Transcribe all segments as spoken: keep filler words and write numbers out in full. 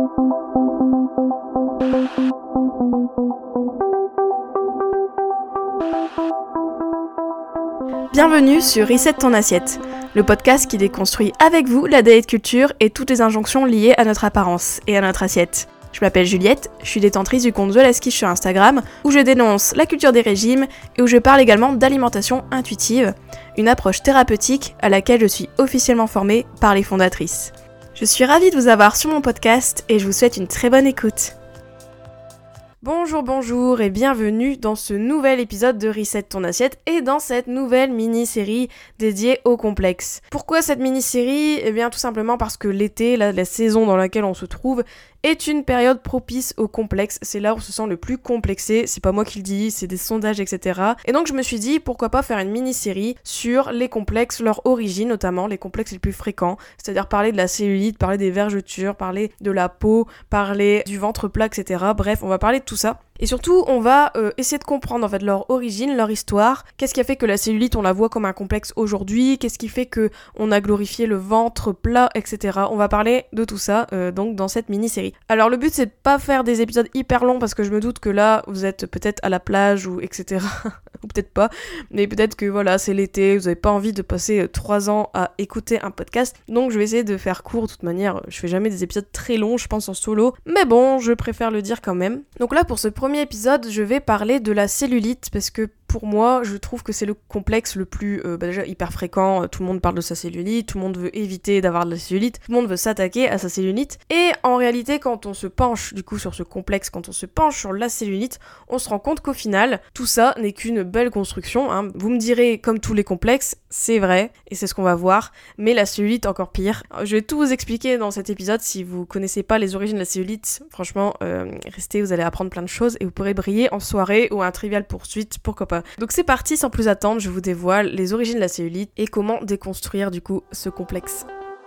Bienvenue sur Reset ton assiette, le podcast qui déconstruit avec vous la diet culture et toutes les injonctions liées à notre apparence et à notre assiette. Je m'appelle Juliette, je suis détentrice du compte The Last Quiche sur Instagram, où je dénonce la culture des régimes et où je parle également d'alimentation intuitive, une approche thérapeutique à laquelle je suis officiellement formée par les fondatrices. Je suis ravie de vous avoir sur mon podcast et je vous souhaite une très bonne écoute. Bonjour, bonjour et bienvenue dans ce nouvel épisode de Reset ton assiette et dans cette nouvelle mini-série dédiée au complexe. Pourquoi cette mini-série ? Eh bien tout simplement parce que l'été, la, la saison dans laquelle on se trouve, est une période propice au complexe. C'est là où on se sent le plus complexé, c'est pas moi qui le dis, c'est des sondages, et cetera. Et donc je me suis dit, pourquoi pas faire une mini-série sur les complexes, leur origine notamment, les complexes les plus fréquents, c'est-à-dire parler de la cellulite, parler des vergetures, parler de la peau, parler du ventre plat, et cetera. Bref, on va parler de tout ça. Et surtout, on va euh, essayer de comprendre en fait leur origine, leur histoire, qu'est-ce qui a fait que la cellulite, on la voit comme un complexe aujourd'hui, qu'est-ce qui fait que on a glorifié le ventre plat, et cetera. On va parler de tout ça euh, donc dans cette mini-série. Alors le but c'est de pas faire des épisodes hyper longs parce que je me doute que là vous êtes peut-être à la plage ou et cetera. Ou peut-être pas, mais peut-être que voilà c'est l'été, vous avez pas envie de passer euh, trois ans à écouter un podcast, donc je vais essayer de faire court. De toute manière, je fais jamais des épisodes très longs, je pense en solo, mais bon, je préfère le dire quand même. Donc là pour ce premier épisode, je vais parler de la cellulite parce que pour moi, je trouve que c'est le complexe le plus euh, bah déjà hyper fréquent. Tout le monde parle de sa cellulite, tout le monde veut éviter d'avoir de la cellulite, tout le monde veut s'attaquer à sa cellulite. Et en réalité, quand on se penche du coup sur ce complexe, quand on se penche sur la cellulite, on se rend compte qu'au final, tout ça n'est qu'une belle construction. Hein. Vous me direz, comme tous les complexes, c'est vrai, et c'est ce qu'on va voir, mais la cellulite encore pire. Je vais tout vous expliquer dans cet épisode. Si vous connaissez pas les origines de la cellulite, franchement, euh, restez, vous allez apprendre plein de choses et vous pourrez briller en soirée ou un Trivial Poursuite, pourquoi pas. Donc c'est parti, sans plus attendre, je vous dévoile les origines de la cellulite et comment déconstruire du coup ce complexe.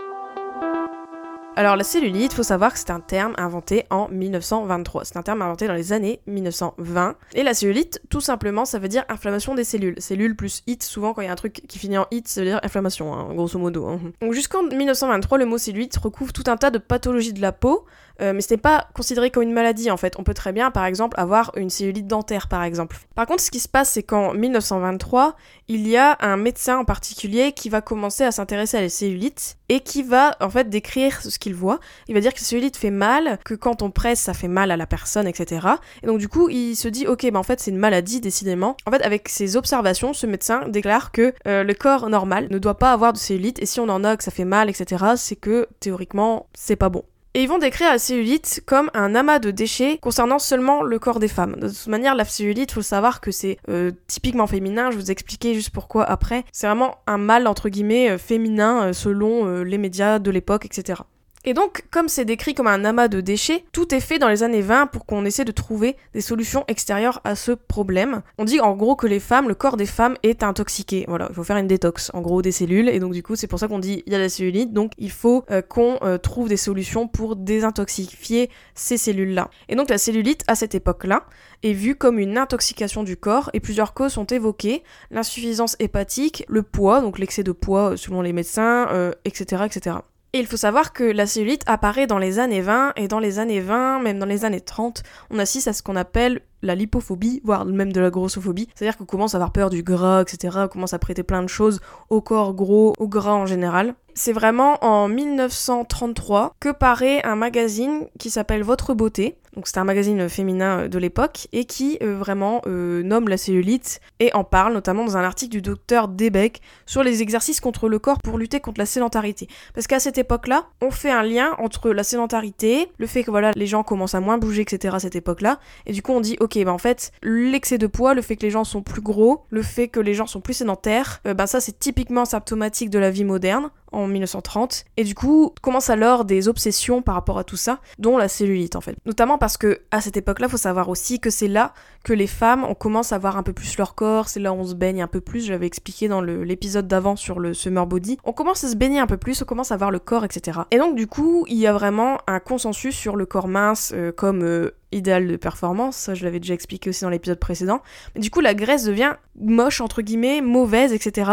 Alors la cellulite, faut savoir que c'est un terme inventé en dix-neuf cent vingt-trois. C'est un terme inventé dans les années dix-neuf cent vingt. Et la cellulite, tout simplement, ça veut dire inflammation des cellules. Cellule plus it, souvent quand il y a un truc qui finit en it, ça veut dire inflammation, hein, grosso modo. Hein. Donc jusqu'en dix-neuf cent vingt-trois, le mot cellulite recouvre tout un tas de pathologies de la peau, euh, mais ce n'est pas considéré comme une maladie en fait. On peut très bien, par exemple, avoir une cellulite dentaire, par exemple. Par contre, ce qui se passe, c'est qu'en dix-neuf cent vingt-trois, il y a un médecin en particulier qui va commencer à s'intéresser à la cellulite et qui va en fait décrire ce qu'il voit. Il va dire que la cellulite fait mal, que quand on presse, ça fait mal à la personne, et cetera. Et donc du coup, il se dit, ok, bah en fait c'est une maladie, décidément. En fait, avec ses observations, ce médecin déclare que euh, le corps normal ne doit pas avoir de cellulite, et si on en a, que ça fait mal, et cetera, c'est que théoriquement, c'est pas bon. Et ils vont décrire la cellulite comme un amas de déchets concernant seulement le corps des femmes. De toute manière, la cellulite, faut savoir que c'est euh, typiquement féminin, je vais vous expliquer juste pourquoi après. C'est vraiment un mal, entre guillemets, euh, féminin euh, selon euh, les médias de l'époque, et cetera. Et donc, comme c'est décrit comme un amas de déchets, tout est fait dans les années vingt pour qu'on essaie de trouver des solutions extérieures à ce problème. On dit en gros que les femmes, le corps des femmes est intoxiqué. Voilà, il faut faire une détox, en gros, des cellules. Et donc du coup, c'est pour ça qu'on dit il y a la cellulite, donc il faut euh, qu'on euh, trouve des solutions pour désintoxifier ces cellules-là. Et donc la cellulite, à cette époque-là, est vue comme une intoxication du corps et plusieurs causes sont évoquées. L'insuffisance hépatique, le poids, donc l'excès de poids selon les médecins, euh, et cetera, et cetera. Et il faut savoir que la cellulite apparaît dans les années vingt, et dans les années vingt, même dans les années trente, on assiste à ce qu'on appelle la lipophobie, voire même de la grossophobie. C'est-à-dire qu'on commence à avoir peur du gras, et cetera. On commence à prêter plein de choses au corps gros, au gras en général. C'est vraiment en dix-neuf cent trente-trois que paraît un magazine qui s'appelle Votre Beauté. Donc c'est un magazine féminin de l'époque et qui euh, vraiment euh, nomme la cellulite et en parle notamment dans un article du docteur Debec sur les exercices contre le corps pour lutter contre la sédentarité. Parce qu'à cette époque-là, on fait un lien entre la sédentarité, le fait que voilà les gens commencent à moins bouger, et cetera à cette époque-là, et du coup on dit ok bah en fait l'excès de poids, le fait que les gens sont plus gros, le fait que les gens sont plus sédentaires, euh, bah ça c'est typiquement symptomatique de la vie moderne en dix-neuf cent trente, et du coup commence alors des obsessions par rapport à tout ça, dont la cellulite en fait. Notamment parce que à cette époque-là, faut savoir aussi que c'est là que les femmes, on commence à voir un peu plus leur corps, c'est là où on se baigne un peu plus, j'avais expliqué dans le, l'épisode d'avant sur le summer body, on commence à se baigner un peu plus, on commence à voir le corps, et cetera. Et donc du coup, il y a vraiment un consensus sur le corps mince euh, comme euh, idéal de performance, ça je l'avais déjà expliqué aussi dans l'épisode précédent, mais du coup la graisse devient moche, entre guillemets, mauvaise, et cetera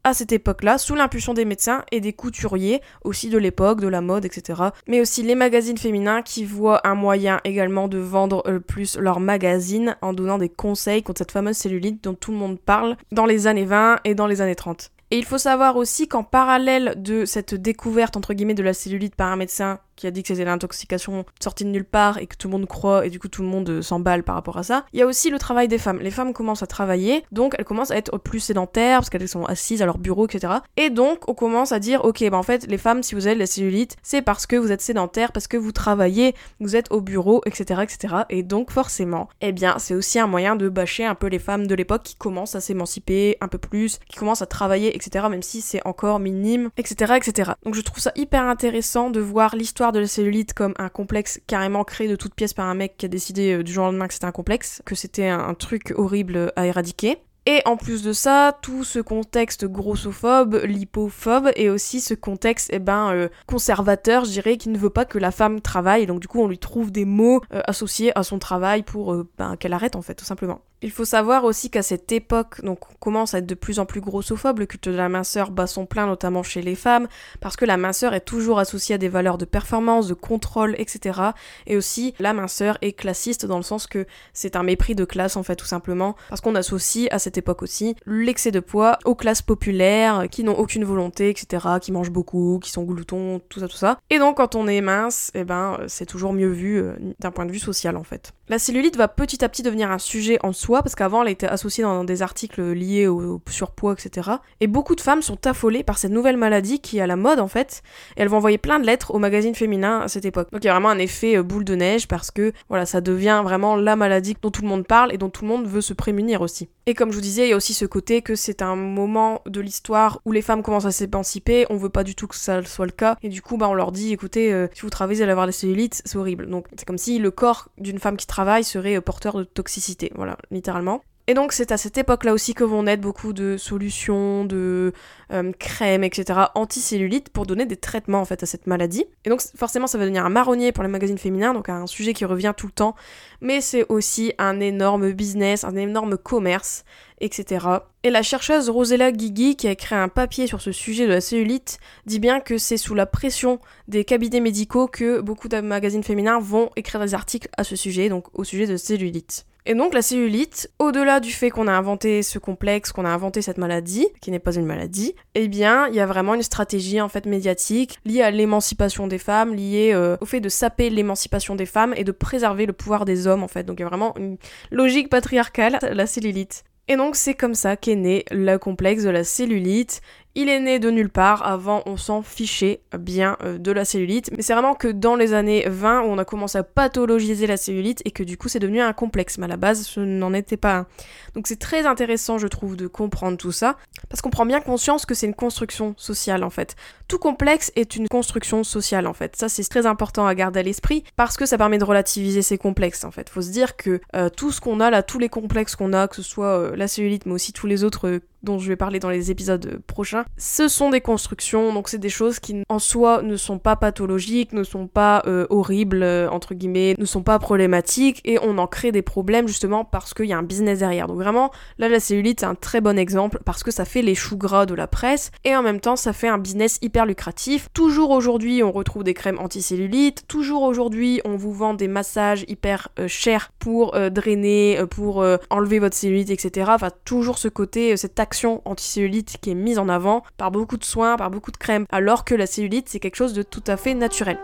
à cette époque-là, sous l'impulsion des médecins et des couturiers, aussi de l'époque, de la mode, et cetera. Mais aussi les magazines féminins qui voient un moyen également de vendre euh, plus leurs magazines en donnant des conseils contre cette fameuse cellulite dont tout le monde parle dans les années vingt et dans les années trente. Et il faut savoir aussi qu'en parallèle de cette découverte entre guillemets de la cellulite par un médecin qui a dit que c'était l'intoxication sortie de nulle part et que tout le monde croit et du coup tout le monde s'emballe par rapport à ça, il y a aussi le travail des femmes. Les femmes commencent à travailler, donc elles commencent à être plus sédentaires parce qu'elles sont assises à leur bureau, et cetera. Et donc on commence à dire ok, bah en fait les femmes, si vous avez de la cellulite, c'est parce que vous êtes sédentaire, parce que vous travaillez, vous êtes au bureau, et cetera, et cetera. Et donc forcément, eh bien c'est aussi un moyen de bâcher un peu les femmes de l'époque qui commencent à s'émanciper un peu plus, qui commencent à travailler, et cetera. Même si c'est encore minime, et cetera, et cetera. Donc je trouve ça hyper intéressant de voir l'histoire de la cellulite comme un complexe carrément créé de toutes pièces par un mec qui a décidé euh, du jour au lendemain que c'était un complexe, que c'était un, un truc horrible à éradiquer. Et en plus de ça, tout ce contexte grossophobe, lipophobe, et aussi ce contexte eh ben, euh, conservateur, je dirais, qui ne veut pas que la femme travaille, et donc du coup on lui trouve des mots euh, associés à son travail pour euh, ben, qu'elle arrête en fait, tout simplement. Il faut savoir aussi qu'à cette époque, donc on commence à être de plus en plus grossophobe, le culte de la minceur bat son plein notamment chez les femmes, parce que la minceur est toujours associée à des valeurs de performance, de contrôle, et cetera. Et aussi, la minceur est classiste dans le sens que c'est un mépris de classe en fait, tout simplement, parce qu'on associe à cette époque aussi l'excès de poids aux classes populaires qui n'ont aucune volonté, et cetera, qui mangent beaucoup, qui sont gloutons, tout ça, tout ça. Et donc quand on est mince, eh ben c'est toujours mieux vu euh, d'un point de vue social en fait. La cellulite va petit à petit devenir un sujet en soi, parce qu'avant elle était associée dans des articles liés au, au surpoids, et cetera. Et beaucoup de femmes sont affolées par cette nouvelle maladie qui est à la mode en fait, et elles vont envoyer plein de lettres aux magazines féminins à cette époque. Donc il y a vraiment un effet euh, boule de neige, parce que voilà, ça devient vraiment la maladie dont tout le monde parle et dont tout le monde veut se prémunir aussi. Et comme je vous disais, il y a aussi ce côté que c'est un moment de l'histoire où les femmes commencent à s'émanciper, on veut pas du tout que ça soit le cas, et du coup bah on leur dit écoutez, euh, si vous travaillez à avoir la cellulite, c'est horrible. Donc c'est comme si le corps d'une femme qui travaille serait euh, porteur de toxicité, voilà, littéralement. Et donc c'est à cette époque-là aussi que vont naître beaucoup de solutions, de euh, crèmes, et cetera anti-cellulite pour donner des traitements en fait à cette maladie. Et donc forcément ça va devenir un marronnier pour les magazines féminins, donc un sujet qui revient tout le temps, mais c'est aussi un énorme business, un énorme commerce, et cetera. Et la chercheuse Rosella Guigui, qui a écrit un papier sur ce sujet de la cellulite, dit bien que c'est sous la pression des cabinets médicaux que beaucoup de magazines féminins vont écrire des articles à ce sujet, donc au sujet de cellulite. Et donc la cellulite, au-delà du fait qu'on a inventé ce complexe, qu'on a inventé cette maladie, qui n'est pas une maladie, eh bien il y a vraiment une stratégie en fait médiatique liée à l'émancipation des femmes, liée euh, au fait de saper l'émancipation des femmes et de préserver le pouvoir des hommes en fait. Donc il y a vraiment une logique patriarcale, la cellulite. Et donc c'est comme ça qu'est né le complexe de la cellulite. Il est né de nulle part, avant on s'en fichait bien euh, de la cellulite, mais c'est vraiment que dans les années vingt où on a commencé à pathologiser la cellulite et que du coup c'est devenu un complexe, mais à la base ce n'en était pas un. Donc c'est très intéressant je trouve de comprendre tout ça, parce qu'on prend bien conscience que c'est une construction sociale en fait. Tout complexe est une construction sociale en fait, ça c'est très important à garder à l'esprit, parce que ça permet de relativiser ces complexes en fait. Faut se dire que euh, tout ce qu'on a là, tous les complexes qu'on a, que ce soit euh, la cellulite mais aussi tous les autres euh, dont je vais parler dans les épisodes prochains, ce sont des constructions, donc c'est des choses qui en soi ne sont pas pathologiques, ne sont pas euh, horribles, euh, entre guillemets, ne sont pas problématiques, et on en crée des problèmes justement parce qu'il y a un business derrière. Donc vraiment, là la cellulite c'est un très bon exemple, parce que ça fait les choux gras de la presse, et en même temps ça fait un business hyper lucratif. Toujours aujourd'hui on retrouve des crèmes anti-cellulite, toujours aujourd'hui on vous vend des massages hyper euh, chers pour euh, drainer, euh, pour euh, enlever votre cellulite, et cetera. Enfin toujours ce côté, euh, cette action anti-cellulite qui est mise en avant par beaucoup de soins, par beaucoup de crèmes, alors que la cellulite c'est quelque chose de tout à fait naturel.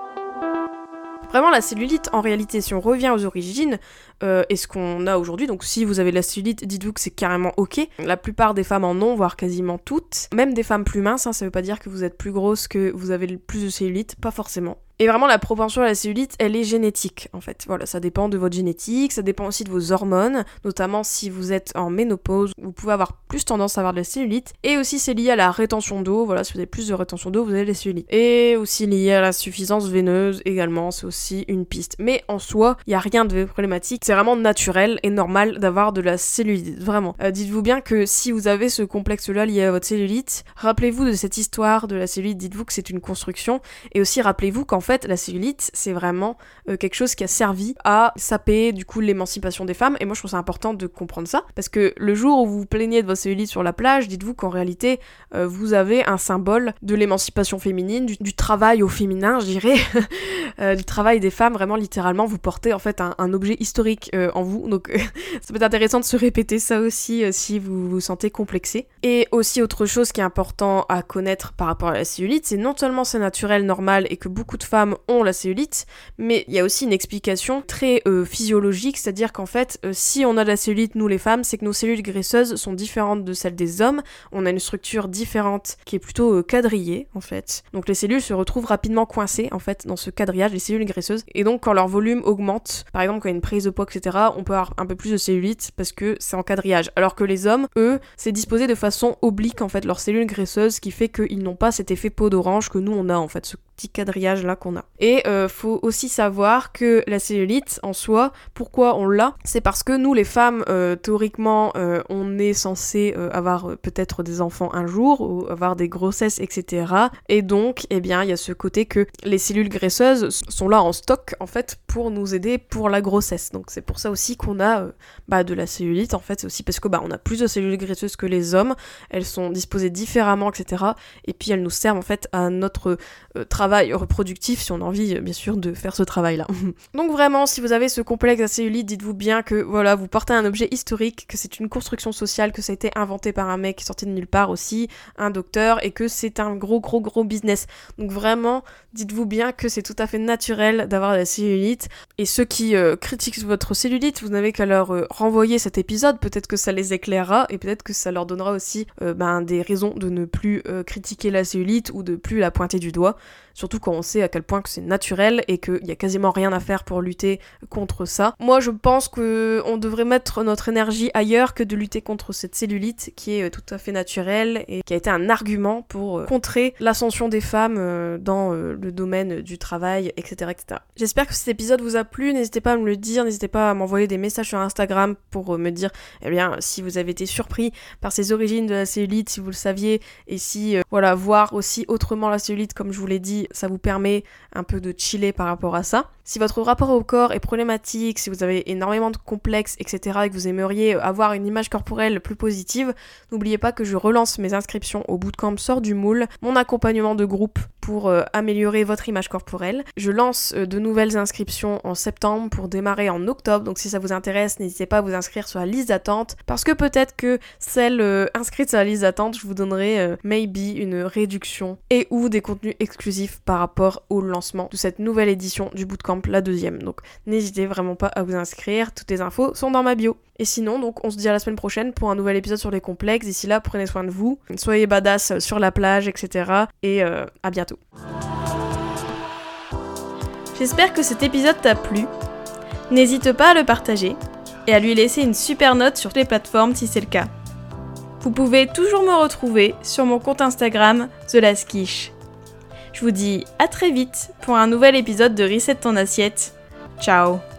Vraiment la cellulite, en réalité, si on revient aux origines, euh, et ce qu'on a aujourd'hui, donc si vous avez de la cellulite, dites-vous que c'est carrément ok. La plupart des femmes en ont, voire quasiment toutes. Même des femmes plus minces, hein, ça veut pas dire que vous êtes plus grosse, que vous avez plus de cellulite, pas forcément. Et vraiment la propension à la cellulite, elle est génétique en fait. Voilà, ça dépend de votre génétique, ça dépend aussi de vos hormones, notamment si vous êtes en ménopause, vous pouvez avoir plus tendance à avoir de la cellulite. Et aussi c'est lié à la rétention d'eau, voilà, si vous avez plus de rétention d'eau, vous avez de la cellulite. Et aussi lié à la suffisance veineuse également, c'est aussi une piste. Mais en soi, il y a rien de problématique, c'est vraiment naturel et normal d'avoir de la cellulite, vraiment. Euh, dites-vous bien que si vous avez ce complexe-là lié à votre cellulite, rappelez-vous de cette histoire de la cellulite, dites-vous que c'est une construction, et aussi rappelez-vous qu'en fait, la cellulite, c'est vraiment euh, quelque chose qui a servi à saper du coup l'émancipation des femmes, et moi je trouve ça important de comprendre ça, parce que le jour où vous vous plaignez de votre cellulite sur la plage, dites-vous qu'en réalité, euh, vous avez un symbole de l'émancipation féminine, du, du travail au féminin, je dirais, euh, du travail des femmes, vraiment littéralement, vous portez en fait un, un objet historique euh, en vous, donc euh, ça peut être intéressant de se répéter ça aussi euh, si vous vous sentez complexé. Et aussi autre chose qui est important à connaître par rapport à la cellulite, c'est non seulement c'est naturel, normal, et que beaucoup de femmes ont la cellulite, mais il y a aussi une explication très euh, physiologique, c'est-à-dire qu'en fait, euh, si on a de la cellulite, nous les femmes, c'est que nos cellules graisseuses sont différentes de celles des hommes, on a une structure différente qui est plutôt euh, quadrillée en fait, donc les cellules se retrouvent rapidement coincées en fait dans ce quadrillage, les cellules graisseuses, et donc quand leur volume augmente, par exemple quand il y a une prise de poids, et cetera, on peut avoir un peu plus de cellulite parce que c'est en quadrillage, alors que les hommes, eux, c'est disposé de façon oblique en fait, leurs cellules graisseuses, qui fait qu'ils n'ont pas cet effet peau d'orange que nous on a en fait, ce petit quadrillage là qu'on a. Et euh, faut aussi savoir que la cellulite en soi, pourquoi on l'a, c'est parce que nous les femmes, euh, théoriquement, euh, on est censé euh, avoir euh, peut-être des enfants un jour, ou avoir des grossesses, et cetera. Et donc, eh bien, il y a ce côté que les cellules graisseuses sont là en stock, en fait, pour nous aider pour la grossesse. Donc c'est pour ça aussi qu'on a euh, bah, de la cellulite, en fait, c'est aussi parce que bah, on a plus de cellules graisseuses que les hommes, elles sont disposées différemment, et cetera. Et puis elles nous servent en fait à notre euh, travail reproductif, si on a envie, euh, bien sûr, de faire ce travail-là. Donc vraiment, si vous avez ce complexe à cellulite, dites-vous bien que voilà, vous portez un objet historique, que c'est une construction sociale, que ça a été inventé par un mec sorti de nulle part aussi, un docteur, et que c'est un gros gros gros business. Donc vraiment, dites-vous bien que c'est tout à fait naturel d'avoir de la cellulite, et ceux qui euh, critiquent votre cellulite, vous n'avez qu'à leur euh, renvoyer cet épisode, peut-être que ça les éclairera, et peut-être que ça leur donnera aussi euh, ben, des raisons de ne plus euh, critiquer la cellulite, ou de plus la pointer du doigt, surtout quand on sait à quel point que c'est naturel, et qu'il y a quasiment rien à faire pour lutter contre ça. Moi je pense qu'on devrait mettre notre énergie ailleurs que de lutter contre cette cellulite qui est tout à fait naturelle, et qui a été un argument pour euh, contrer l'ascension des femmes euh, dans euh, le domaine du travail, et cetera, et cetera. J'espère que cet épisode vous a plu, n'hésitez pas à me le dire, n'hésitez pas à m'envoyer des messages sur Instagram pour euh, me dire, eh bien, si vous avez été surpris par ces origines de la cellulite, si vous le saviez, et si, euh, voilà, voir aussi autrement la cellulite, comme je vous l'ai dit, ça vous permet un peu de chiller par rapport à ça. Si votre rapport au corps est problématique, si vous avez énormément de complexes, et cetera, et que vous aimeriez avoir une image corporelle plus positive, n'oubliez pas que je relance mes inscriptions au bootcamp Sort du moule, mon accompagnement de groupe pour euh, améliorer votre image corporelle. Je lance euh, de nouvelles inscriptions en septembre pour démarrer en octobre, donc si ça vous intéresse, n'hésitez pas à vous inscrire sur la liste d'attente, parce que peut-être que celle euh, inscrite sur la liste d'attente, je vous donnerai euh, maybe une réduction et ou des contenus exclusifs par rapport au lancement de cette nouvelle édition du bootcamp, la deuxième. Donc n'hésitez vraiment pas à vous inscrire, toutes les infos sont dans ma bio. Et sinon, donc, on se dit à la semaine prochaine pour un nouvel épisode sur les complexes. D'ici là, prenez soin de vous, soyez badass sur la plage, et cetera. Et euh, à bientôt. J'espère que cet épisode t'a plu. N'hésite pas à le partager et à lui laisser une super note sur les plateformes si c'est le cas. Vous pouvez toujours me retrouver sur mon compte Instagram The Last Quiche. Je vous dis à très vite pour un nouvel épisode de Reset ton assiette. Ciao.